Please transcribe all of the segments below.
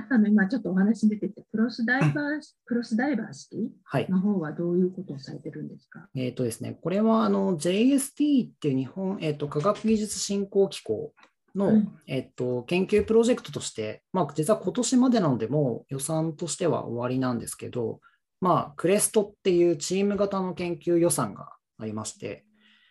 今ちょっとお話出てて、クロスダイバーシティの方はどういうことをされてるんですか？ ですね、これはJST っていう日本、科学技術振興機構の、研究プロジェクトとして、実は今年までなので、もう予算としては終わりなんですけど、クレストっていうチーム型の研究予算がありまして、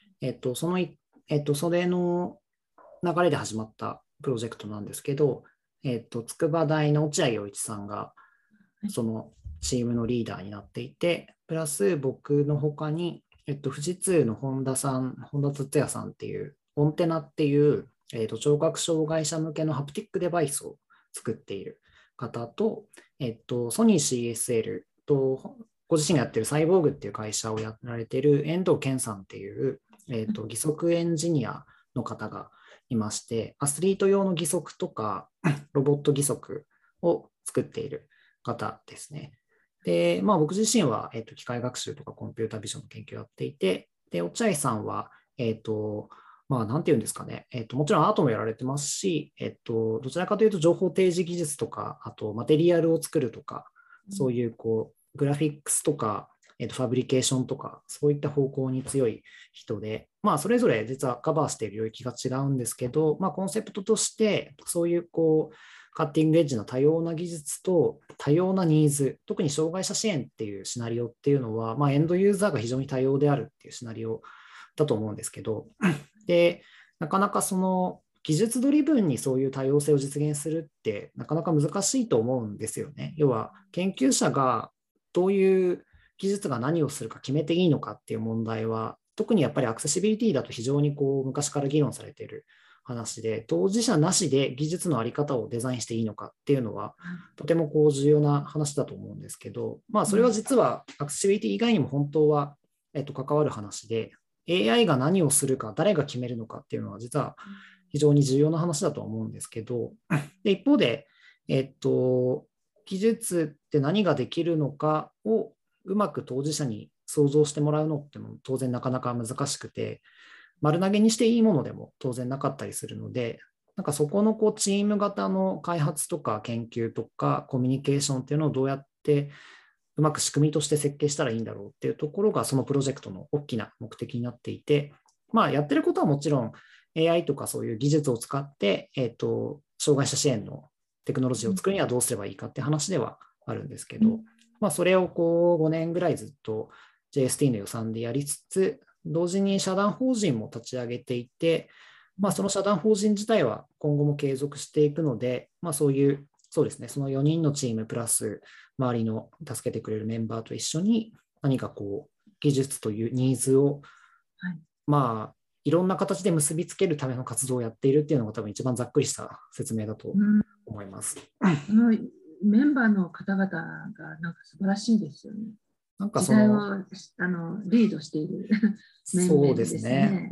それの流れで始まったプロジェクトなんですけど、筑波大の落合陽一さんが、そのチームのリーダーになっていて、プラス僕の他に、富士通の本田哲也さんっていう、オンテナっていう、聴覚障害者向けのハプティックデバイスを作っている方と、ソニー CSL と、ご自身がやってるサイボーグっていう会社をやられている遠藤健さんっていう、義足エンジニアの方がいまして、アスリート用の義足とか、ロボット義足を作っている方ですね。で、僕自身は、機械学習とかコンピュータビジョンの研究をやっていて、で、落合さんは、なんていうんですかね、もちろんアートもやられてますし、どちらかというと情報提示技術とか、あとマテリアルを作るとか、そういうグラフィックスとか、ファブリケーションとか、そういった方向に強い人で、それぞれ実はカバーしている領域が違うんですけど、コンセプトとして、そういうカッティングエッジの多様な技術と多様なニーズ、特に障害者支援っていうシナリオっていうのは、エンドユーザーが非常に多様であるっていうシナリオだと思うんですけど、で、なかなかその技術ドリブンにそういう多様性を実現するってなかなか難しいと思うんですよね。要は研究者がどういう技術が何をするか決めていいのかっていう問題は、特にやっぱりアクセシビリティだと非常に昔から議論されている話で、当事者なしで技術のあり方をデザインしていいのかっていうのは、とても重要な話だと思うんですけど、それは実はアクセシビリティ以外にも本当は、関わる話で、AI が何をするか、誰が決めるのかっていうのは、実は非常に重要な話だと思うんですけど、で一方で、技術って何ができるのかをうまく当事者に想像してもらうのっても当然なかなか難しくて、丸投げにしていいものでも当然なかったりするので、なんかそこのチーム型の開発とか研究とかコミュニケーションっていうのをどうやってうまく仕組みとして設計したらいいんだろうっていうところがそのプロジェクトの大きな目的になっていて、やってることはもちろん AI とかそういう技術を使って、障害者支援のテクノロジーを作るにはどうすればいいかって話ではあるんですけど、それを5年ぐらいずっと JST の予算でやりつつ、同時に社団法人も立ち上げていて、その社団法人自体は今後も継続していくので、そうですね、その4人のチームプラス周りの助けてくれるメンバーと一緒に何か技術というニーズを、いろんな形で結びつけるための活動をやっているっていうのが多分一番ざっくりした説明だと思います。 そのメンバーの方々がなんか素晴らしいですよね。なんか時代をリードしている面々ですね。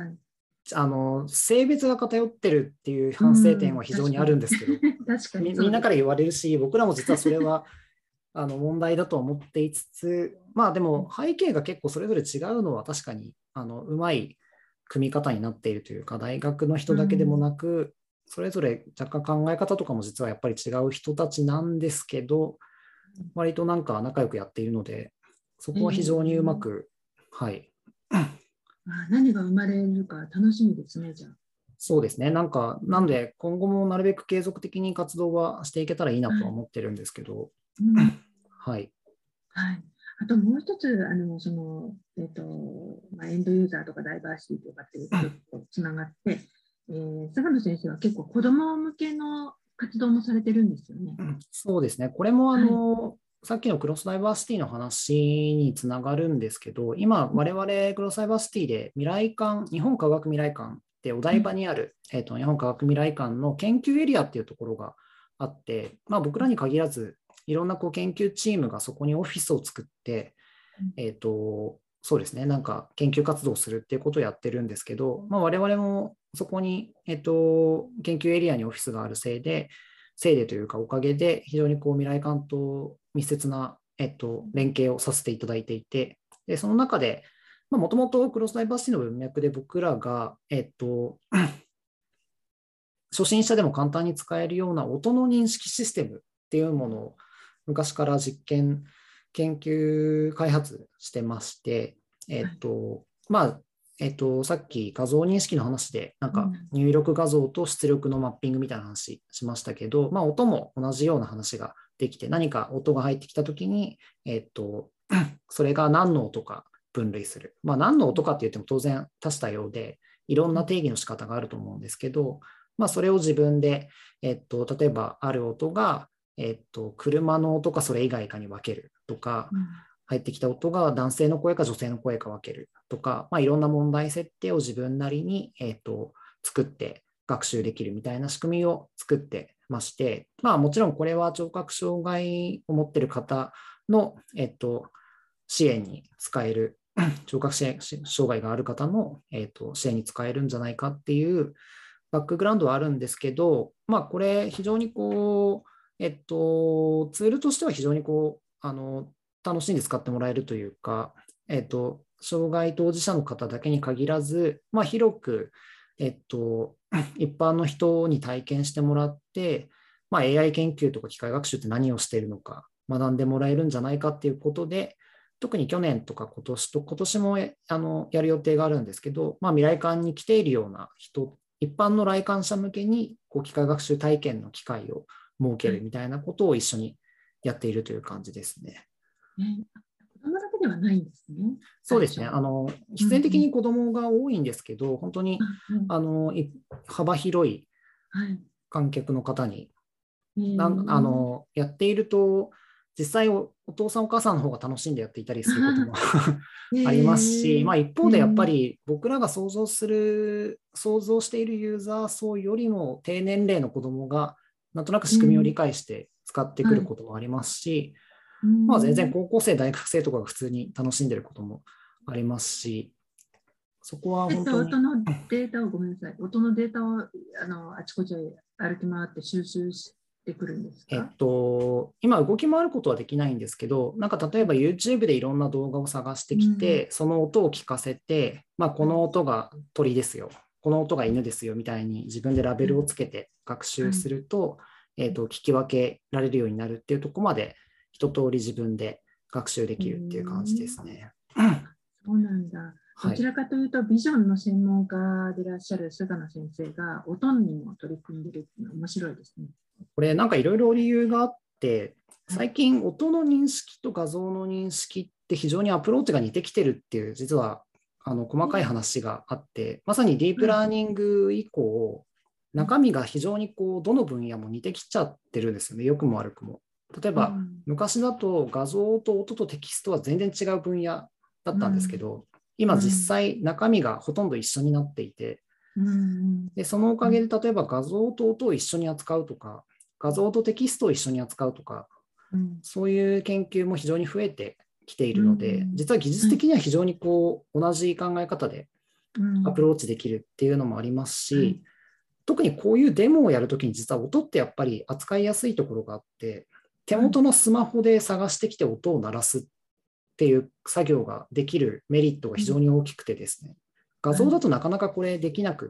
性別が偏ってるっていう反省点は非常にあるんですけど、みんなから言われるし、僕らも実はそれは問題だと思っていつつ、でも背景が結構それぞれ違うのは確かにうまい組み方になっているというか、大学の人だけでもなく、それぞれ若干考え方とかも実はやっぱり違う人たちなんですけど、割となんか仲良くやっているので、そこは非常にうまく、 何が生まれるか楽しみですね、じゃあ。 そうですね。なんで今後もなるべく継続的に活動はしていけたらいいなとは思ってるんですけど、はい。 あともう一つ、エンドユーザーとかダイバーシティとかっていうこととつながって、菅野先生は結構子ども向けの活動もされてるんですよね。 そうですね。これもさっきのクロスダイバーシティの話につながるんですけど、今、我々クロスダイバーシティで未来館、日本科学未来館ってお台場にある、日本科学未来館の研究エリアっていうところがあって、僕らに限らず、いろんな研究チームがそこにオフィスを作って、そうですね、なんか研究活動をするっていうことをやってるんですけど、我々もそこに、研究エリアにオフィスがあるせいでというかおかげで非常に未来館と密接な、連携をさせていただいていて、でその中で、もともとクロスダイバーシティの文脈で僕らが、初心者でも簡単に使えるような音の認識システムっていうものを昔から研究開発してまして、まあ、さっき画像認識の話で、なんか入力画像と出力のマッピングみたいな話しましたけど、まあ、音も同じような話ができて、何か音が入ってきたときに、それが何の音か分類する。まあ、何の音かって言っても当然多種多様で、いろんな定義の仕方があると思うんですけど、まあ、それを自分で、例えばある音が、車の音かそれ以外かに分けるとか、入ってきた音が男性の声か女性の声か分けるとか、まあ、いろんな問題設定を自分なりに、作って学習できるみたいな仕組みを作ってまして、まあ、もちろんこれは聴覚障害を持っている方の、支援に使える、聴覚障害がある方の、支援に使えるんじゃないかっていうバックグラウンドはあるんですけど、まあ、これ非常にこう、ツールとしては非常にこう、楽しんで使ってもらえるというか、障害当事者の方だけに限らず、まあ、広く、一般の人に体験してもらって、まあ、AI 研究とか機械学習って何をしているのか学んでもらえるんじゃないかっていうことで、特に去年とか今年もやる予定があるんですけど、まあ、未来館に来ているような人、一般の来館者向けにこう機械学習体験の機会を設けるみたいなことを一緒にやっているという感じですね。 子供だけではないんですね。 そうですね。必然的に子供が多いんですけど、本当に、幅広い観客の方に、やっていると、実際お父さんお母さんの方が楽しんでやっていたりすることもありますし、まあ、一方でやっぱり僕らが想像しているユーザー層よりも低年齢の子どもがなんとなく仕組みを理解して使ってくることもありますし、まあ、全然高校生大学生とかが普通に楽しんでることもありますし、そこは本当に。 音のデータをごめんなさい。音のデータをあちこち歩き回って収集してくるんですか？ 今動き回ることはできないんですけど、なんか例えば YouTube でいろんな動画を探してきて、その音を聞かせて、まあ、この音が鳥ですよ、この音が犬ですよみたいに自分でラベルをつけて学習すると、聞き分けられるようになるっていうところまで一通り自分で学習できるっていう感じですね。 そうなんだ。どちらかというと、ビジョンの専門家でいらっしゃる菅野先生が音にも取り組んでるっていうのは面白いですね。 これなんかいろいろ理由があって、最近音の認識と画像の認識って非常にアプローチが似てきてるっていう実は細かい話があって、まさにディープラーニング以降、中身が非常にこうどの分野も似てきちゃってるんですよね、良くも悪くも。例えば、昔だと画像と音とテキストは全然違う分野だったんですけど、今実際中身がほとんど一緒になっていて、でそのおかげで例えば画像と音を一緒に扱うとか、画像とテキストを一緒に扱うとか、そういう研究も非常に増えてきているので、実は技術的には非常にこう同じ考え方でアプローチできるっていうのもありますし、特にこういうデモをやるときに実は音ってやっぱり扱いやすいところがあって、手元のスマホで探してきて音を鳴らすっていう作業ができるメリットが非常に大きくてですね、画像だとなかなかこれできなくって、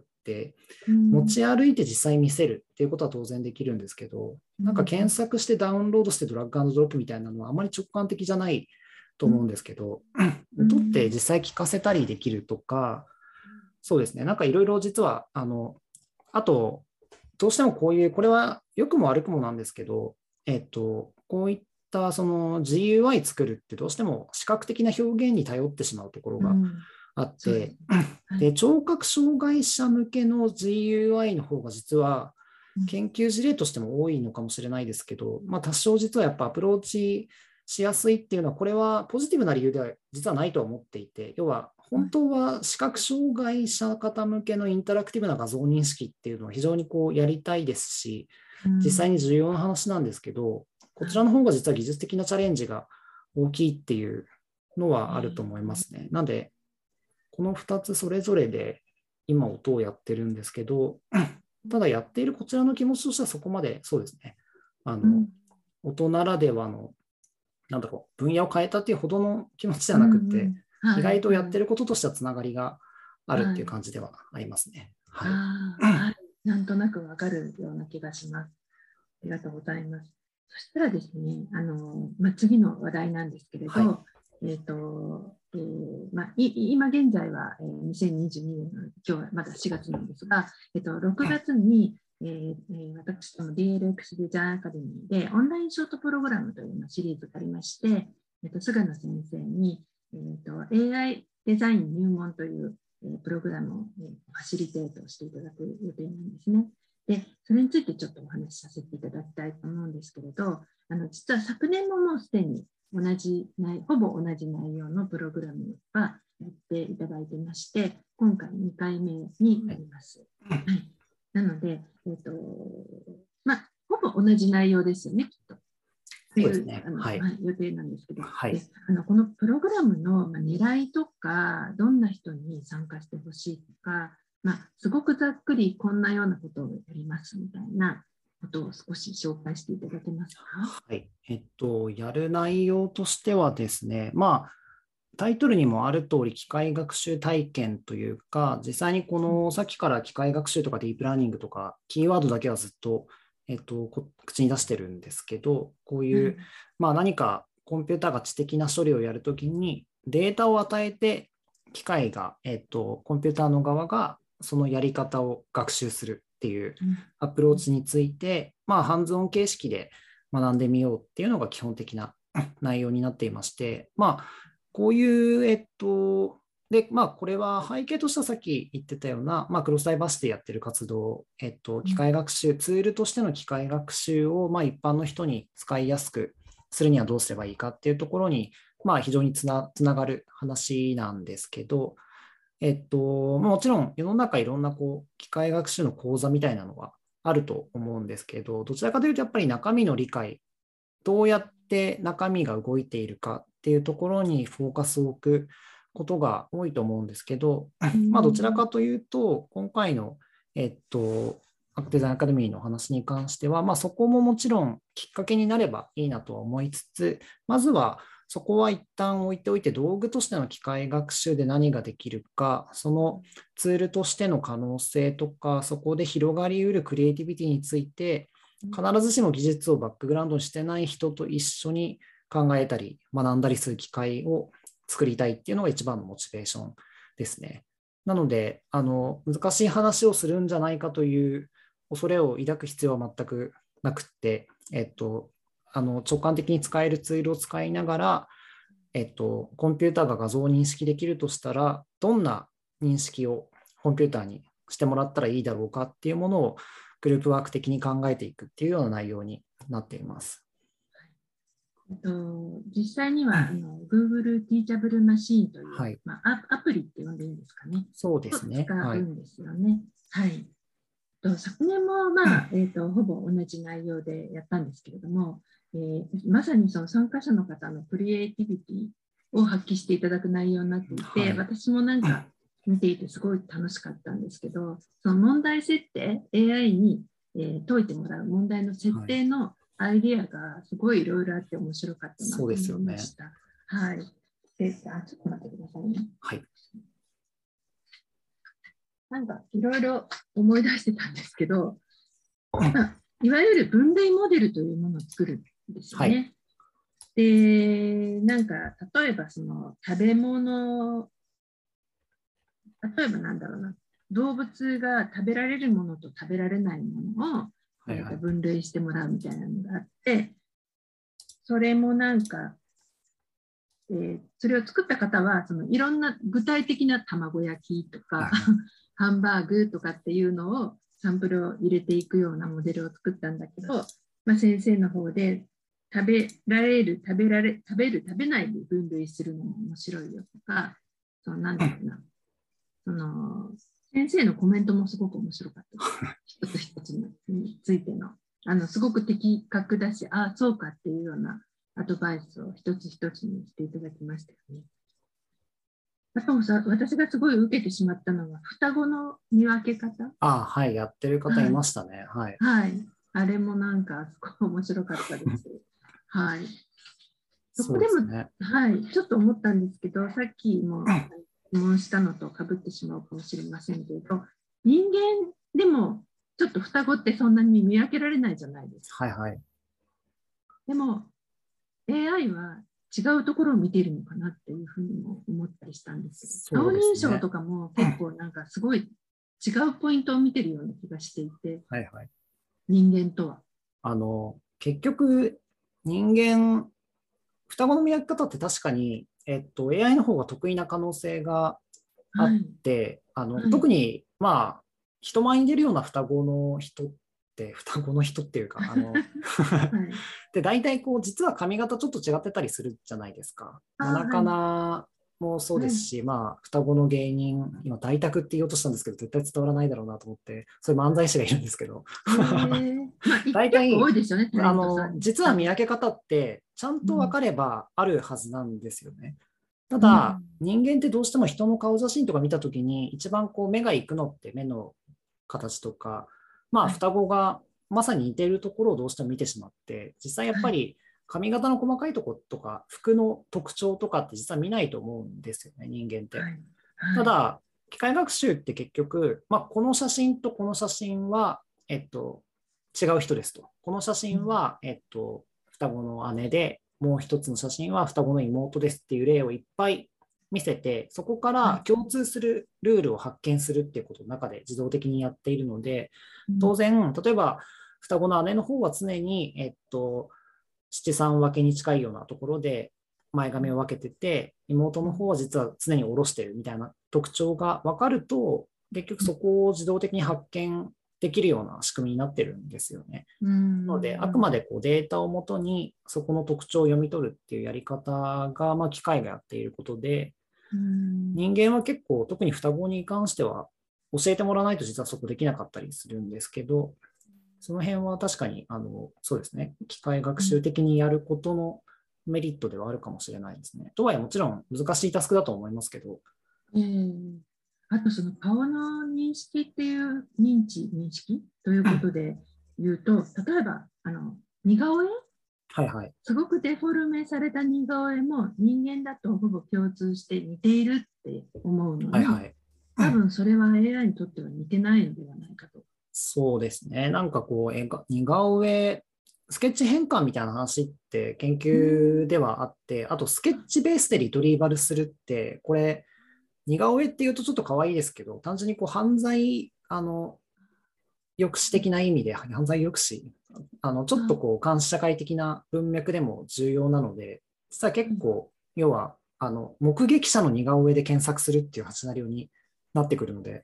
持ち歩いて実際見せるっていうことは当然できるんですけど、なんか検索してダウンロードしてドラッグ&ドロップみたいなのはあまり直感的じゃないと思うんですけど、音って実際聞かせたりできるとか、そうですね、なんかいろいろ実は、あと、どうしてもこれは良くも悪くもなんですけど、こういったその GUI 作るってどうしても視覚的な表現に頼ってしまうところがあって、で聴覚障害者向けの GUI の方が実は研究事例としても多いのかもしれないですけど、まあ、多少実はやっぱアプローチしやすいっていうのは、これはポジティブな理由では実はないとは思っていて、要は本当は視覚障害者方向けのインタラクティブな画像認識っていうのは非常にこうやりたいですし、実際に重要な話なんですけど、こちらの方が実は技術的なチャレンジが大きいっていうのはあると思いますね。なので、この2つそれぞれで今音をやってるんですけど、ただやっているこちらの気持ちとしてはそこまでそうですね、音ならではの分野を変えたっていうほどの気持ちじゃなくて、意外とやってることとしてはつながりがあるっていう感じではありますね。 なんとなくわかるような気がします。ありがとうございます。 そしたらですね、次の話題なんですけれど、 はい今現在は2022年の今日はまだ4月なんですが、6月に、私ども DLX デザインアカデミーでオンラインショートプログラムというシリーズがありまして、菅野先生に、AI デザイン入門というプログラムをファシリテートしていただく予定なんですね。で、それについてちょっとお話しさせていただきたいと思うんですけれど、実は昨年ももうすでにほぼ同じ内容のプログラムはやっていただいてまして、今回2回目になります。はい、なので、ほぼ同じ内容ですよね、きっと。という、予定なんですけど、 はい、 でこのプログラムの狙いとか、どんな人に参加してほしいとか、すごくざっくりこんなようなことをやりますみたいなことを少し紹介していただけますか。 はい。やる内容としてはですね、タイトルにもある通り、機械学習体験というか、実際にこのさっきから機械学習とかディープラーニングとか、キーワードだけはずっと、口に出してるんですけど、こういう、何かコンピューターが知的な処理をやるときに、データを与えて、機械が、コンピューターの側がそのやり方を学習するっていうアプローチについて、ハンズオン形式で学んでみようっていうのが基本的な内容になっていまして、こういう、これは背景としてはさっき言ってたような、クロスダイバーシティやってる活動、機械学習、ツールとしての機械学習を、一般の人に使いやすくするにはどうすればいいかっていうところに、非常につながる話なんですけど、もちろん世の中いろんな機械学習の講座みたいなのがあると思うんですけど、どちらかというとやっぱり中身の理解、どうやって中身が動いているかっていうところにフォーカスを置くことが多いと思うんですけど、どちらかというと、今回の、デザインアカデミーの話に関しては、そこももちろんきっかけになればいいなとは思いつつ、まずはそこは一旦置いておいて、道具としての機械学習で何ができるか、そのツールとしての可能性とか、そこで広がりうるクリエイティビティについて、必ずしも技術をバックグラウンドにしてない人と一緒に考えたり、学んだりする機会を作りたいっていうのが一番のモチベーションですね。なので、難しい話をするんじゃないかという恐れを抱く必要は全くなくて、直感的に使えるツールを使いながら、コンピューターが画像を認識できるとしたら、どんな認識をコンピューターにしてもらったらいいだろうかっていうものをグループワーク的に考えていくっていうような内容になっています。 実際にはGoogle Teachable Machine という、アプリって呼んでいいんですかね。 そうですね。 使うんですよね。はい。昨年も、ほぼ同じ内容でやったんですけれども、まさにその参加者の方のクリエイティビティを発揮していただく内容になっていて、私もなんか見ていてすごい楽しかったんですけど、その問題設定、AI に、解いてもらう問題の設定のアイディアがすごいいろいろあって面白かったなと思いました。はい。で、ちょっと待ってくださいね。 はい。 なんかいろいろ思い出してたんですけど、いわゆる分類モデルというものを作るんですよね。で、なんか例えばその食べ物、例えばなんだろうな、動物が食べられるものと食べられないものを分類してもらうみたいなのがあって、それもなんか、それを作った方はそのいろんな具体的な卵焼きとかハンバーグとかっていうのをサンプルを入れていくようなモデルを作ったんだけど、先生の方で食べられる、食べないで分類するのも面白いよとか、なんだろうな、先生のコメントもすごく面白かったです。一つ一つについての。すごく的確だし、そうかっていうようなアドバイスを一つ一つにしていただきましたよね。あと私がすごい受けてしまったのは、双子の見分け方。 はい、やってる方いましたね。 はい。はい。あれもなんかすごい面白かったです。はい。そこでも、はい、ちょっと思ったんですけど、さっきも質問したのとかぶってしまうかもしれませんけど、人間でもちょっと双子ってそんなに見分けられないじゃないですか。 はいはい。 でも AI は違うところを見ているのかなっていうふうにも思ったりしたんですけど、顔認証とかも結構なんかすごい違うポイントを見てるような気がしていて、 はいはい、 人間とは。 結局、人間、双子の磨き方って確かに、AI の方が得意な可能性があって、特に、まあ、人前に出るような双子の人っていうか、で、大体こう、実は髪型ちょっと違ってたりするじゃないですか。中野もそうですし、まあ、双子の芸人、今、大宅って言おうとしたんですけど、絶対伝わらないだろうなと思って、そういう漫才師がいるんですけど、大体、実は見分け方って、ちゃんと分かればあるはずなんですよね。ただ、人間ってどうしても人の顔写真とか見たときに、一番こう目が行くのって目の形とか、まあ、双子がまさに似ているところをどうしても見てしまって、実際やっぱり髪型の細かいところとか、服の特徴とかって実は見ないと思うんですよね、人間って。ただ、機械学習って結局、まあ、この写真とこの写真は、違う人ですと。この写真は、双子の姉で、もう一つの写真は双子の妹ですっていう例をいっぱい見せて、そこから共通するルールを発見するっていうことの中で自動的にやっているので、当然、例えば双子の姉の方は常に、七三分けに近いようなところで前髪を分けてて、妹の方は実は常に下ろしているみたいな特徴が分かると、結局そこを自動的に発見できるような仕組みになってるんですよね。なので、あくまでこうデータをもとにそこの特徴を読み取るっていうやり方が、まあ、機械がやっていることで、人間は結構、特に双子に関しては、教えてもらわないと実はそこできなかったりするんですけど、その辺は確かに、そうですね、機械学習的にやることのメリットではあるかもしれないですね。とはいえ、もちろん難しいタスクだと思いますけど。 あと、その顔の認識っていう認識ということで言うと、例えば、似顔絵、 はいはい、 すごくデフォルメされた似顔絵も人間だとほぼ共通して似ているって思うのに、はいはい、多分それは AI にとっては似てないのではないかと。 そうですね。なんかこう、似顔絵、スケッチ変換みたいな話って研究ではあって、あとスケッチベースでリトリーバルするって、これ、似顔絵っていうとちょっと可愛いですけど、単純にこう犯罪、抑止的な意味で、犯罪抑止、ちょっとこう監視社会的な文脈でも重要なので、実は結構、要は、目撃者の似顔絵で検索するっていうシナリオになってくるので、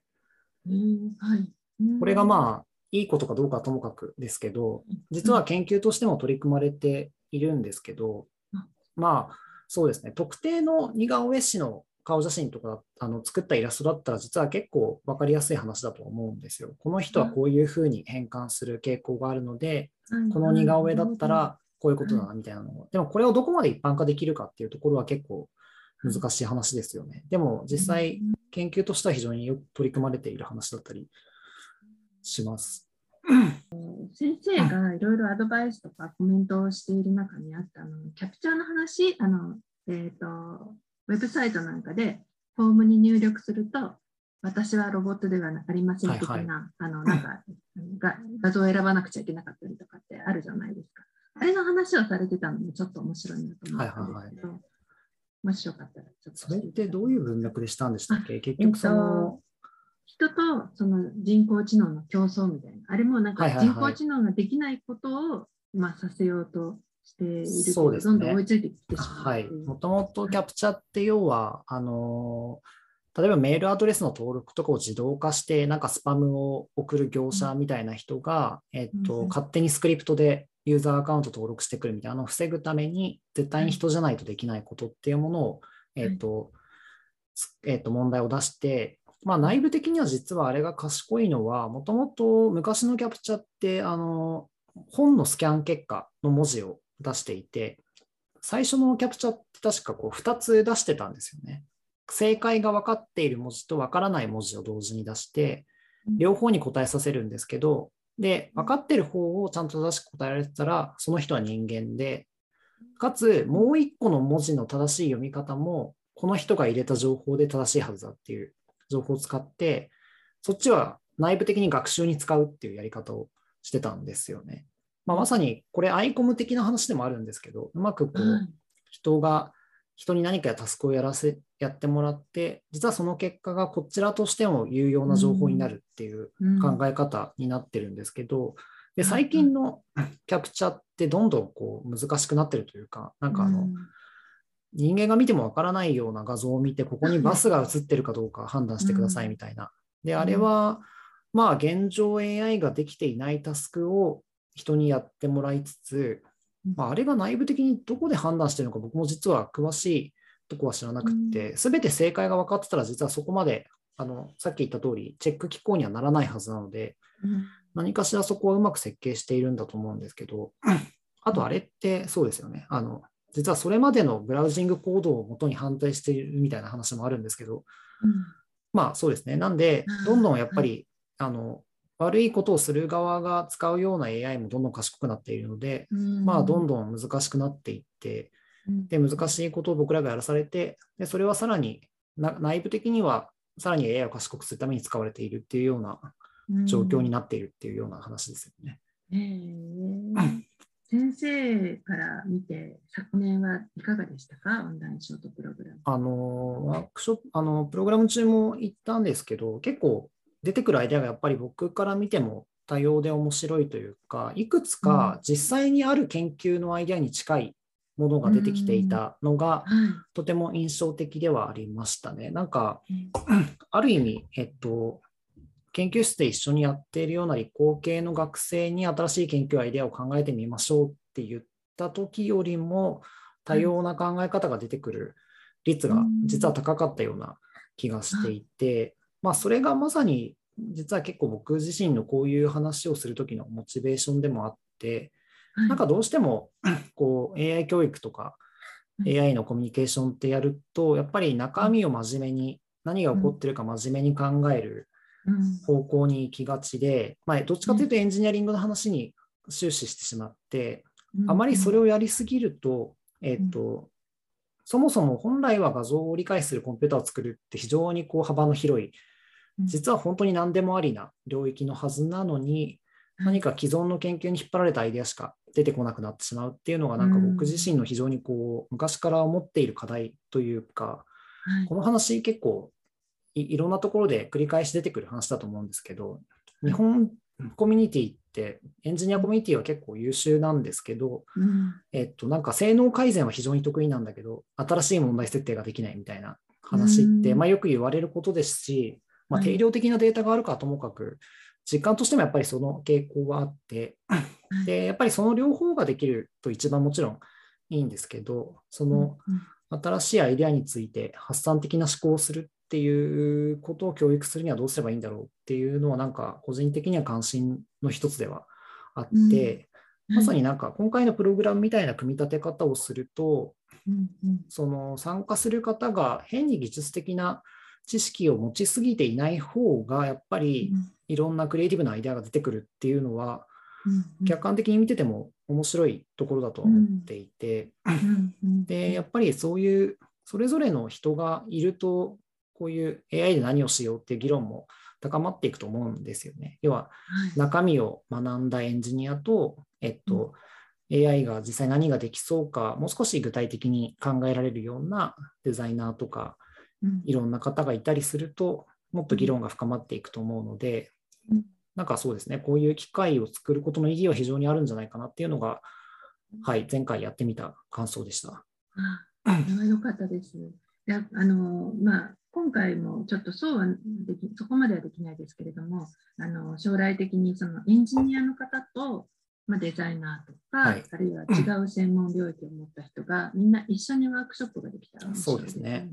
これがまあ、いいことかどうかはともかくですけど、実は研究としても取り組まれているんですけど、まあ、そうですね、特定の似顔絵師の顔写真とか作ったイラストだったら実は結構分かりやすい話だと思うんですよ。この人はこういうふうに変換する傾向があるので、この似顔絵だったらこういうことだなみたいなのを。でもこれをどこまで一般化できるかっていうところは結構難しい話ですよね。でも実際研究としては非常によく取り組まれている話だったりします。 先生がいろいろアドバイスとかコメントをしている中にあったキャプチャーの話、ウェブサイトなんかでフォームに入力すると、私はロボットではありません的な、なんか画像を選ばなくちゃいけなかったりとかってあるじゃないですか。あれの話をされてたのもちょっと面白いなと思ったんですけど、もしよかったらちょっと。 それってどういう文脈でしたんでしたっけ？結局人とその人工知能の競争みたいな、あれもなんか人工知能ができないことを、まあ、させようとしているけど、どんどん追いついてきてしまう。はい。 もともとキャプチャって要は、例えばメールアドレスの登録とかを自動化して、なんかスパムを送る業者みたいな人が、勝手にスクリプトでユーザーアカウント登録してくるみたいなのを防ぐために、絶対に人じゃないとできないことっていうものを、問題を出して、まあ、内部的には実はあれが賢いのは、もともと昔のキャプチャって、本のスキャン結果の文字を出していて、最初のキャプチャって確かこう2つ出してたんですよね。正解が分かっている文字と分からない文字を同時に出して、両方に答えさせるんですけど、で、分かっている方をちゃんと正しく答えられてたら、その人は人間で、かつもう一個の文字の正しい読み方も、この人が入れた情報で正しいはずだっていう情報を使って、そっちは内部的に学習に使うっていうやり方をしてたんですよね。 まさにこれアイコム的な話でもあるんですけど、うまくこう人に何かタスクをやってもらって、実はその結果がこちらとしても有用な情報になるっていう考え方になってるんですけど、で最近のキャプチャーってどんどんこう難しくなってるというか、なんか人間が見てもわからないような画像を見て、ここにバスが映ってるかどうか判断してくださいみたいな。で、あれは、現状 AI ができていないタスクを人にやってもらいつつ、あれが内部的にどこで判断してるのか僕も実は詳しいとこは知らなくて、すべて正解が分かってたら実はそこまで、さっき言った通り、チェック機構にはならないはずなので、何かしらそこはうまく設計しているんだと思うんですけど、あとあれってそうですよね。実はそれまでのブラウジングコードを元に判定しているみたいな話もあるんですけど、そうですね。なんで、どんどんやっぱり、悪いことをする側が使うような AI もどんどん賢くなっているので、どんどん難しくなっていって、で、難しいことを僕らがやらされて、で、それはさらに、内部的にはさらに AI を賢くするために使われているっていうような状況になっているっていうような話ですよね。 先生から見て、昨年はいかがでしたか、オンラインショートプログラム。 ワークショップ、プログラム中も言ったんですけど、結構出てくるアイデアがやっぱり僕から見ても多様で面白いというか、いくつか実際にある研究のアイデアに近いものが出てきていたのが、とても印象的ではありましたね。なんか、ある意味、研究室で一緒にやっているような理工系の学生に新しい研究アイデアを考えてみましょうって言った時よりも多様な考え方が出てくる率が実は高かったような気がしていて、それがまさに実は結構僕自身のこういう話をする時のモチベーションでもあって、なんかどうしてもこう AI 教育とか AI のコミュニケーションってやると、やっぱり中身を真面目に、何が起こってるか真面目に考える方向に行きがちで、どっちかというとエンジニアリングの話に終始してしまって、あまりそれをやりすぎると、そもそも本来は画像を理解するコンピューターを作るって非常にこう幅の広い、実は本当に何でもありな領域のはずなのに、何か既存の研究に引っ張られたアイデアしか出てこなくなってしまうっていうのが、なんか僕自身の非常にこう昔から思っている課題というか、この話結構いろんなところで繰り返し出てくる話だと思うんですけど、日本コミュニティって、エンジニアコミュニティは結構優秀なんですけど、なんか性能改善は非常に得意なんだけど、新しい問題設定ができないみたいな話って、よく言われることですし、定量的なデータがあるかともかく、実感としてもやっぱりその傾向はあって、で、やっぱりその両方ができると一番もちろんいいんですけど、その新しいアイデアについて発散的な思考をするっていうことを教育するにはどうすればいいんだろうっていうのは、なんか個人的には関心の一つではあって、まさになんか今回のプログラムみたいな組み立て方をすると、その参加する方が変に技術的な知識を持ちすぎていない方が、やっぱりいろんなクリエイティブなアイデアが出てくるっていうのは、客観的に見てても面白いところだと思っていて、で、やっぱりそういうそれぞれの人がいると、こういう AI で何をしようっていう議論も高まっていくと思うんですよね。要は中身を学んだエンジニアと、AI が実際何ができそうか、もう少し具体的に考えられるようなデザイナーとか、いろんな方がいたりすると、もっと議論が深まっていくと思うので、なんかそうですね、こういう機会を作ることの意義は非常にあるんじゃないかなっていうのが、はい、前回やってみた感想でした。 それは良かったです。今回もちょっとそこまではできないですけれども、将来的にそのエンジニアの方と、デザイナーとか、あるいは違う専門領域を持った人がみんな一緒にワークショップができたら面白いですよね。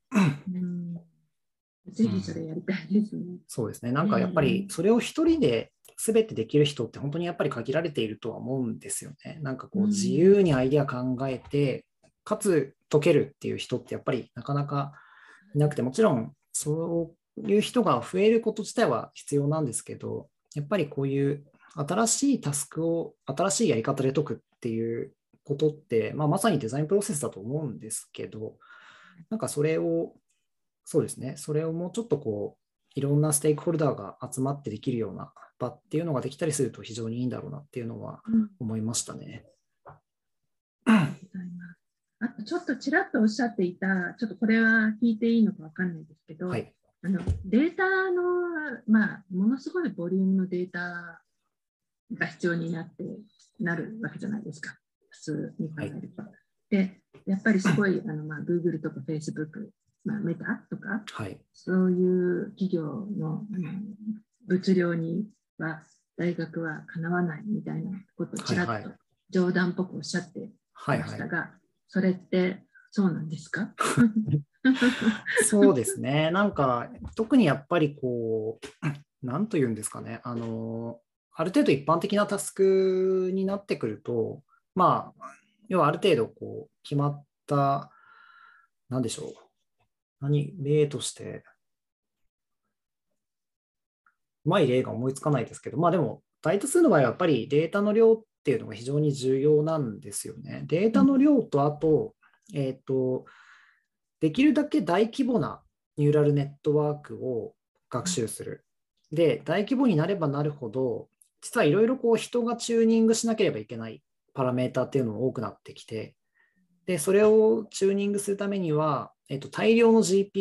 ぜひそれやりたいですね。 そうですね。なんかやっぱりそれを一人で全てできる人って本当にやっぱり限られているとは思うんですよね。なんかこう自由にアイデア考えて、かつ解けるっていう人ってやっぱりなかなかいなくて、もちろんそういう人が増えること自体は必要なんですけど、やっぱりこういう新しいタスクを新しいやり方で解くっていうことって、まさにデザインプロセスだと思うんですけど、なんかそれをそうですね。それをもうちょっとこう、 いろんなステークホルダーが集まってできるような場っていうのができたりすると非常にいいんだろうなっていうのは思いましたね。 あとちょっとちらっとおっしゃっていた、ちょっとこれは聞いていいのか分かんないですけど、 はい、 データの、ものすごいボリュームのデータが必要になるわけじゃないですか、普通に考えると。はい、で、やっぱりすごいGoogle とか Facebook、メタとか、 はい、 そういう企業の、物量には大学はかなわないみたいなことをちらっと冗談っぽくおっしゃってましたが、それってそうなんですか？ そうですね。なんか特にやっぱりこう、なんというんですかね、ある程度一般的なタスクになってくると、要はある程度こう決まった、なんでしょう、例として、うまい例が思いつかないですけど、でも大多数の場合はやっぱりデータの量っていうのが非常に重要なんですよね。データの量と、あと、できるだけ大規模なニューラルネットワークを学習する。で、大規模になればなるほど、実はいろいろこう人がチューニングしなければいけないパラメータっていうのも多くなってきて、で、それをチューニングするためには、大量の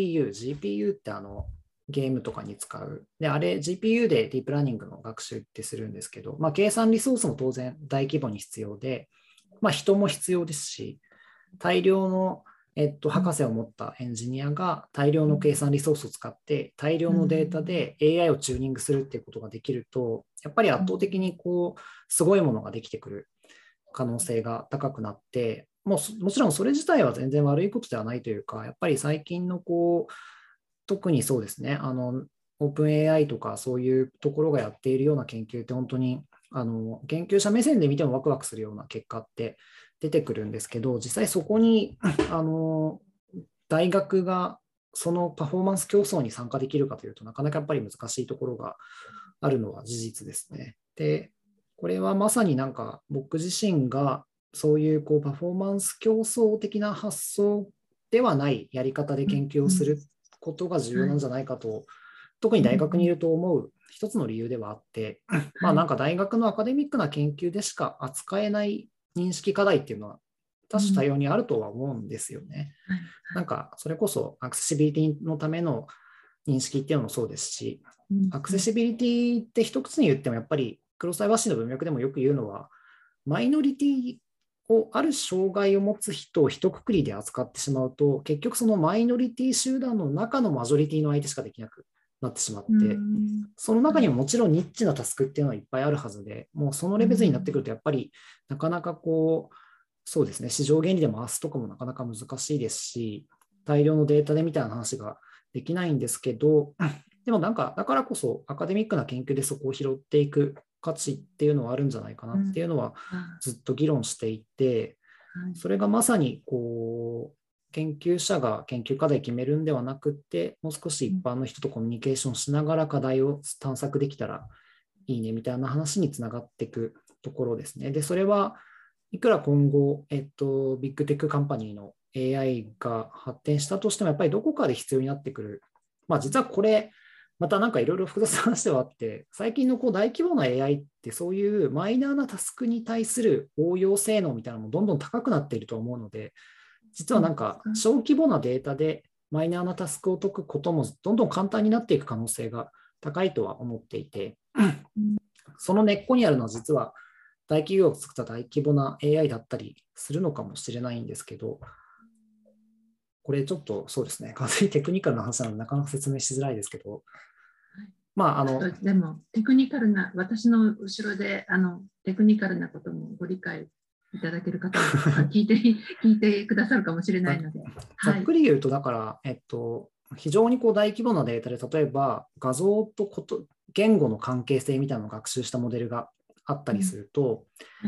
GPU ってゲームとかに使う。で、あれ GPU でディープラーニングの学習ってするんですけど、計算リソースも当然大規模に必要で、人も必要ですし、大量の博士を持ったエンジニアが大量の計算リソースを使って大量のデータで AI をチューニングするっていうことができると、やっぱり圧倒的にこうすごいものができてくる可能性が高くなって、もちろんそれ自体は全然悪いことではないというか、やっぱり最近のこう特にそうですね、オープン AI とかそういうところがやっているような研究って本当に研究者目線で見てもワクワクするような結果って出てくるんですけど、実際そこに大学がそのパフォーマンス競争に参加できるかというと、なかなかやっぱり難しいところがあるのは事実ですね。で、これはまさになんか僕自身がそういうパフォーマンス競争的な発想ではないやり方で研究をすることが重要なんじゃないかと、特に大学にいると思う一つの理由ではあって、なんか大学のアカデミックな研究でしか扱えない認識課題っていうのは多種多様にあるとは思うんですよね。なんかそれこそアクセシビリティのための認識っていうのもそうですし、アクセシビリティって一口に言ってもやっぱり黒沢和紙の文脈でもよく言うのは、マイノリティをある障害を持つ人を一括りで扱ってしまうと、結局そのマイノリティ集団の中のマジョリティの相手しかできなくなってしまって、その中にももちろんニッチなタスクっていうのはいっぱいあるはずで、もうそのレベルになってくるとやっぱりなかなかそうですね、市場原理で回すとかもなかなか難しいですし、大量のデータでみたいな話ができないんですけど、でもなんかだからこそアカデミックな研究でそこを拾っていく価値っていうのはあるんじゃないかなっていうのはずっと議論していて、それがまさに研究者が研究課題を決めるんではなくって、もう少し一般の人とコミュニケーションしながら課題を探索できたらいいねみたいな話につながっていくところですね。で、それはいくら今後、ビッグテックカンパニーの AI が発展したとしても、やっぱりどこかで必要になってくる。実はこれ、またなんかいろいろ複雑な話ではあって、最近の大規模な AI ってそういうマイナーなタスクに対する応用性能みたいなのもどんどん高くなっていると思うので、実はなんか小規模なデータでマイナーなタスクを解くこともどんどん簡単になっていく可能性が高いとは思っていて、その根っこにあるのは実は大企業を作った大規模な AI だったりするのかもしれないんですけど、これちょっとそうですね、完全にテクニカルな話なのでなかなか説明しづらいですけど、 でもテクニカルな、私の後ろでテクニカルなこともご理解いただける方も聞いてくださるかもしれないので。 ざっくり言うと、だから、非常に大規模なデータで、例えば画像と言語の関係性みたいなのを学習したモデルがあったりすると、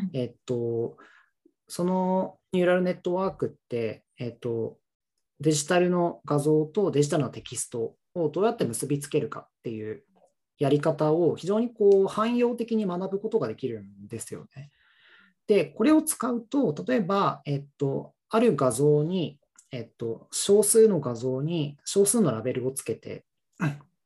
そのニューラルネットワークって、デジタルの画像とデジタルのテキストをどうやって結びつけるかっていうやり方を非常に汎用的に学ぶことができるんですよね。で、これを使うと、例えば、ある画像に、少数の画像に少数のラベルをつけて、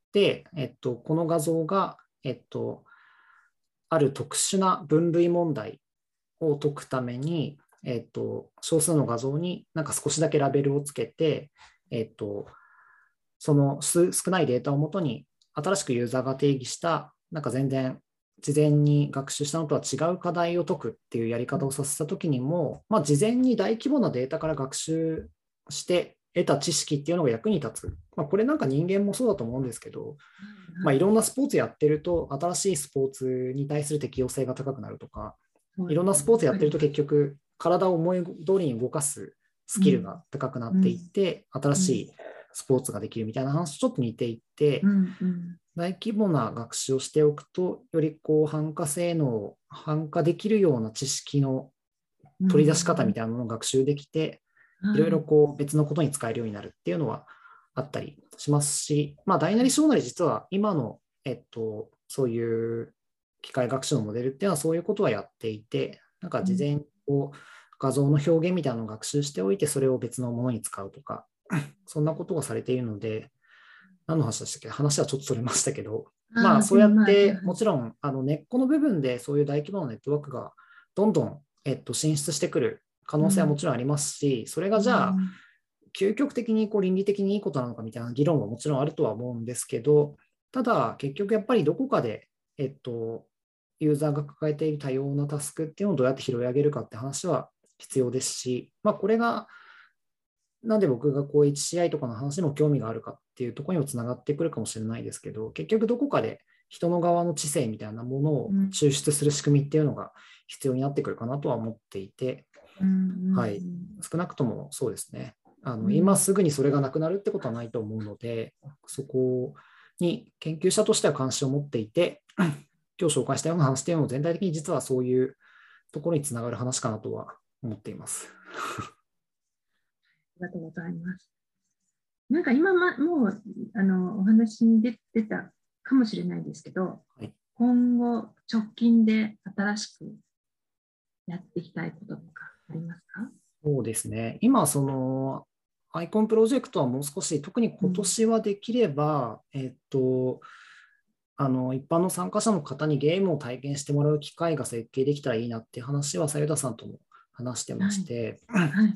で、この画像が、ある特殊な分類問題を解くために、少数の画像になんか少しだけラベルをつけて、その少ないデータをもとに新しくユーザーが定義した、なんか全然事前に学習したのとは違う課題を解くっていうやり方をさせたときにも、まあ、事前に大規模なデータから学習して得た知識っていうのが役に立つ。まあ、これなんか人間もそうだと思うんですけど、まあ、いろんなスポーツやってると、新しいスポーツに対する適応性が高くなるとか、いろんなスポーツやってると結局、体を思い通りに動かすスキルが高くなっていって、新しいスポーツができるみたいな話とちょっと似ていて、大規模な学習をしておくと、よりこう反化性能、反化できるような知識の取り出し方みたいなものを学習できて、いろいろこう別のことに使えるようになるっていうのはあったりしますし、まあ、大なり小なり実は今の、そういう機械学習のモデルっていうのはそういうことはやっていて、なんか事前にこう画像の表現みたいなのを学習しておいて、それを別のものに使うとか、そんなことがされているので、何の話でしたっけ？話はちょっとそれましたけど、まあそうやってもちろん根っこの部分でそういう大規模なネットワークがどんどん進出してくる可能性はもちろんありますし、それがじゃあ究極的にこう倫理的にいいことなのかみたいな議論はもちろんあるとは思うんですけど、ただ結局やっぱりどこかでユーザーが抱えている多様なタスクっていうのをどうやって拾い上げるかって話は必要ですし、まあこれがなんで僕がこう HCI とかの話にも興味があるかっていうところにもつながってくるかもしれないですけど、結局どこかで人の側の知性みたいなものを抽出する仕組みっていうのが必要になってくるかなとは思っていて、はい、少なくともそうですね。今すぐにそれがなくなるってことはないと思うので、そこに研究者としては関心を持っていて、今日紹介したような話っていうのも全体的に実はそういうところにつながる話かなとは思っています。 ありがとうございます。なんか今もうお話に出たかもしれないですけど、はい、今後直近で新しくやっていきたいこととかありますか？ そうですね。今そのアイコンプロジェクトはもう少し、特に今年はできれば、一般の参加者の方にゲームを体験してもらう機会が設計できたらいいなっていう話は、さゆださんとも話してまして、はいはい、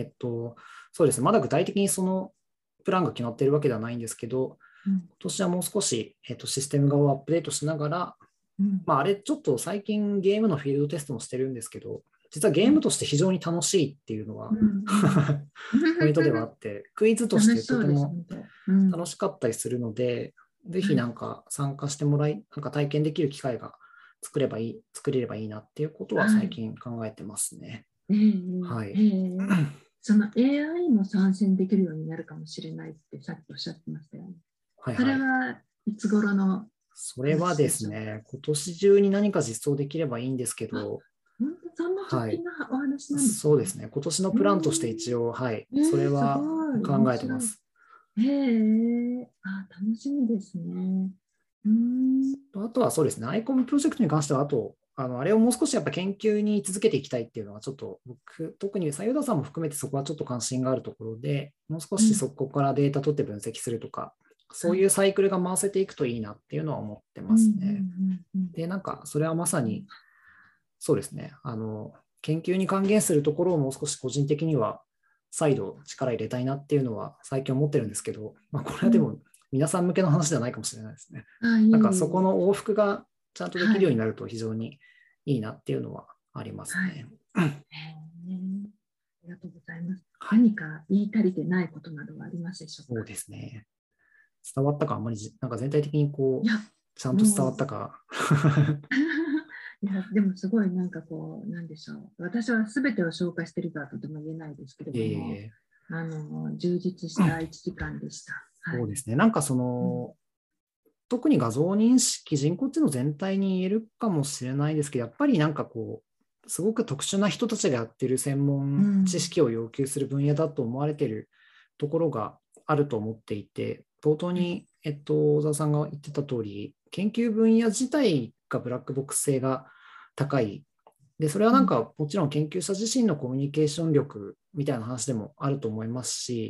そうですね、まだ具体的にそのプランが決まっているわけではないんですけど、今年はもう少し、システム側をアップデートしながら、まあ、あれちょっと最近ゲームのフィールドテストもしてるんですけど、実はゲームとして非常に楽しいっていうのは、ポイントではあって、クイズとしてとても楽しかったりするので、ぜひなんか参加してもらい、なんか体験できる機会が作れればいいなっていうことは最近考えてますね。はい。 その AI も参戦できるようになるかもしれないってさっきおっしゃってましたよね。はいはい、それはいつ頃の？ それはですね、今年中に何か実装できればいいんですけど、 そんな直近のお話なんですか？ そうですね、今年のプランとして一応、はい、それは考えてます。 楽しみですね。 あとはそうですね、アイコンプロジェクトに関しては、あれをもう少しやっぱ研究に続けていきたいっていうのは、ちょっと僕、特にさゆださんも含めてそこはちょっと関心があるところで、もう少しそこからデータ取って分析するとか、そういうサイクルが回せていくといいなっていうのは思ってますね。で、なんかそれはまさに、そうですね、研究に還元するところをもう少し個人的には再度力入れたいなっていうのは最近思ってるんですけど、まあ、これはでも皆さん向けの話ではないかもしれないですね。なんかそこの往復がちゃんとできるようになると非常にいいなっていうのはありますね。 ありがとうございます。何か言い足りてないことなどはありますでしょうか？ そうですね。伝わったか、あんまりなんか全体的にこうちゃんと伝わったか。 いやでもすごいなんかこうなんでしょう。私は全てを消化しているとはとても言えないですけれども、充実した1時間でした。 そうですね。なんかその、特に画像認識、人工知能全体に言えるかもしれないですけど、やっぱりなんかこう、すごく特殊な人たちがやってる専門知識を要求する分野だと思われているところがあると思っていて、冒頭に、小沢さんが言ってた通り、研究分野自体がブラックボックス性が高い。で、それはなんかもちろん研究者自身のコミュニケーション力みたいな話でもあると思いますし、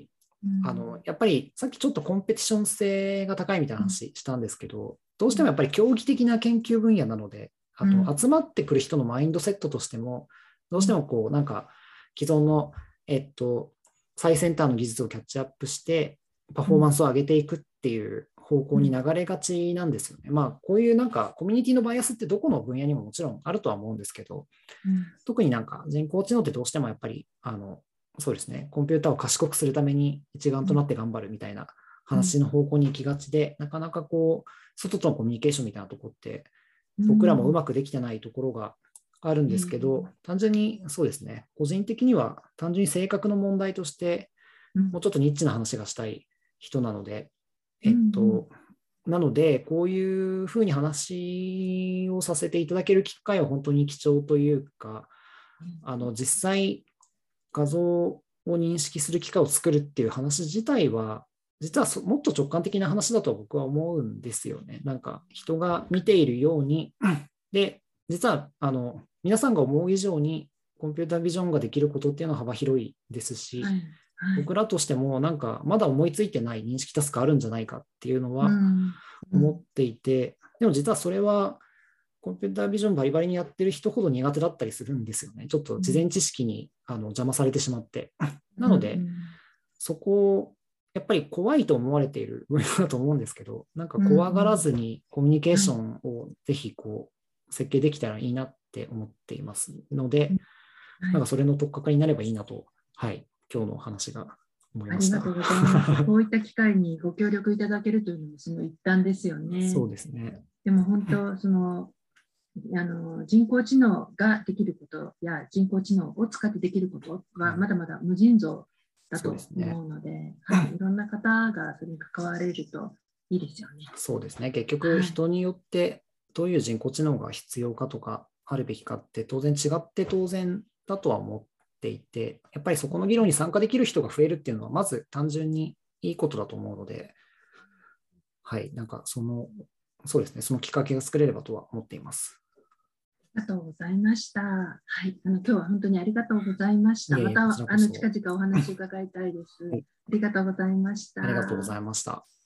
やっぱりさっきちょっとコンペティション性が高いみたいな話したんですけど、どうしてもやっぱり競技的な研究分野なので、あと集まってくる人のマインドセットとしても、どうしてもこうなんか既存の、最先端の技術をキャッチアップしてパフォーマンスを上げていくっていう方向に流れがちなんですよね。まあこういうなんかコミュニティのバイアスってどこの分野にももちろんあるとは思うんですけど、特になんか人工知能ってどうしてもやっぱりそうですね、コンピューターを賢くするために一丸となって頑張るみたいな話の方向に行きがちで、なかなかこう外とのコミュニケーションみたいなところって僕らもうまくできてないところがあるんですけど、単純にそうですね、個人的には単純に性格の問題としてもうちょっとニッチな話がしたい人なので、なのでこういうふうに話をさせていただける機会は本当に貴重というか、実際画像を認識する機械を作るっていう話自体は実はもっと直感的な話だと僕は思うんですよね。なんか人が見ているようにで実は皆さんが思う以上にコンピュータービジョンができることっていうのは幅広いですし、僕らとしてもなんかまだ思いついてない認識タスクあるんじゃないかっていうのは思っていて、でも実はそれはコンピュータービジョンバリバリにやってる人ほど苦手だったりするんですよね。ちょっと事前知識に邪魔されてしまって。なので、そこをやっぱり怖いと思われている分野だと思うんですけど、なんか怖がらずにコミュニケーションをぜひこう設計できたらいいなって思っていますので、なんかそれの取っかかりになればいいなと、はい、今日のお話が思いました。 ありがとうございます。こういった機会にご協力いただけるというのもその一端ですよね。 そうですね。 でも本当人工知能ができることや人工知能を使ってできることはまだまだ無尽蔵だと思うので、いろんな方がそれに関われるといいですよね。 そうですね。結局人によってどういう人工知能が必要かとかあるべきかって当然違って当然だとは思っていて、やっぱりそこの議論に参加できる人が増えるっていうのはまず単純にいいことだと思うので、はい、なんかそうですね、そのきっかけが作れればとは思っています。 ありがとうございました。はい、今日は本当にありがとうございました。また近々お話伺いたいです。はい、ありがとうございました。 ありがとうございました。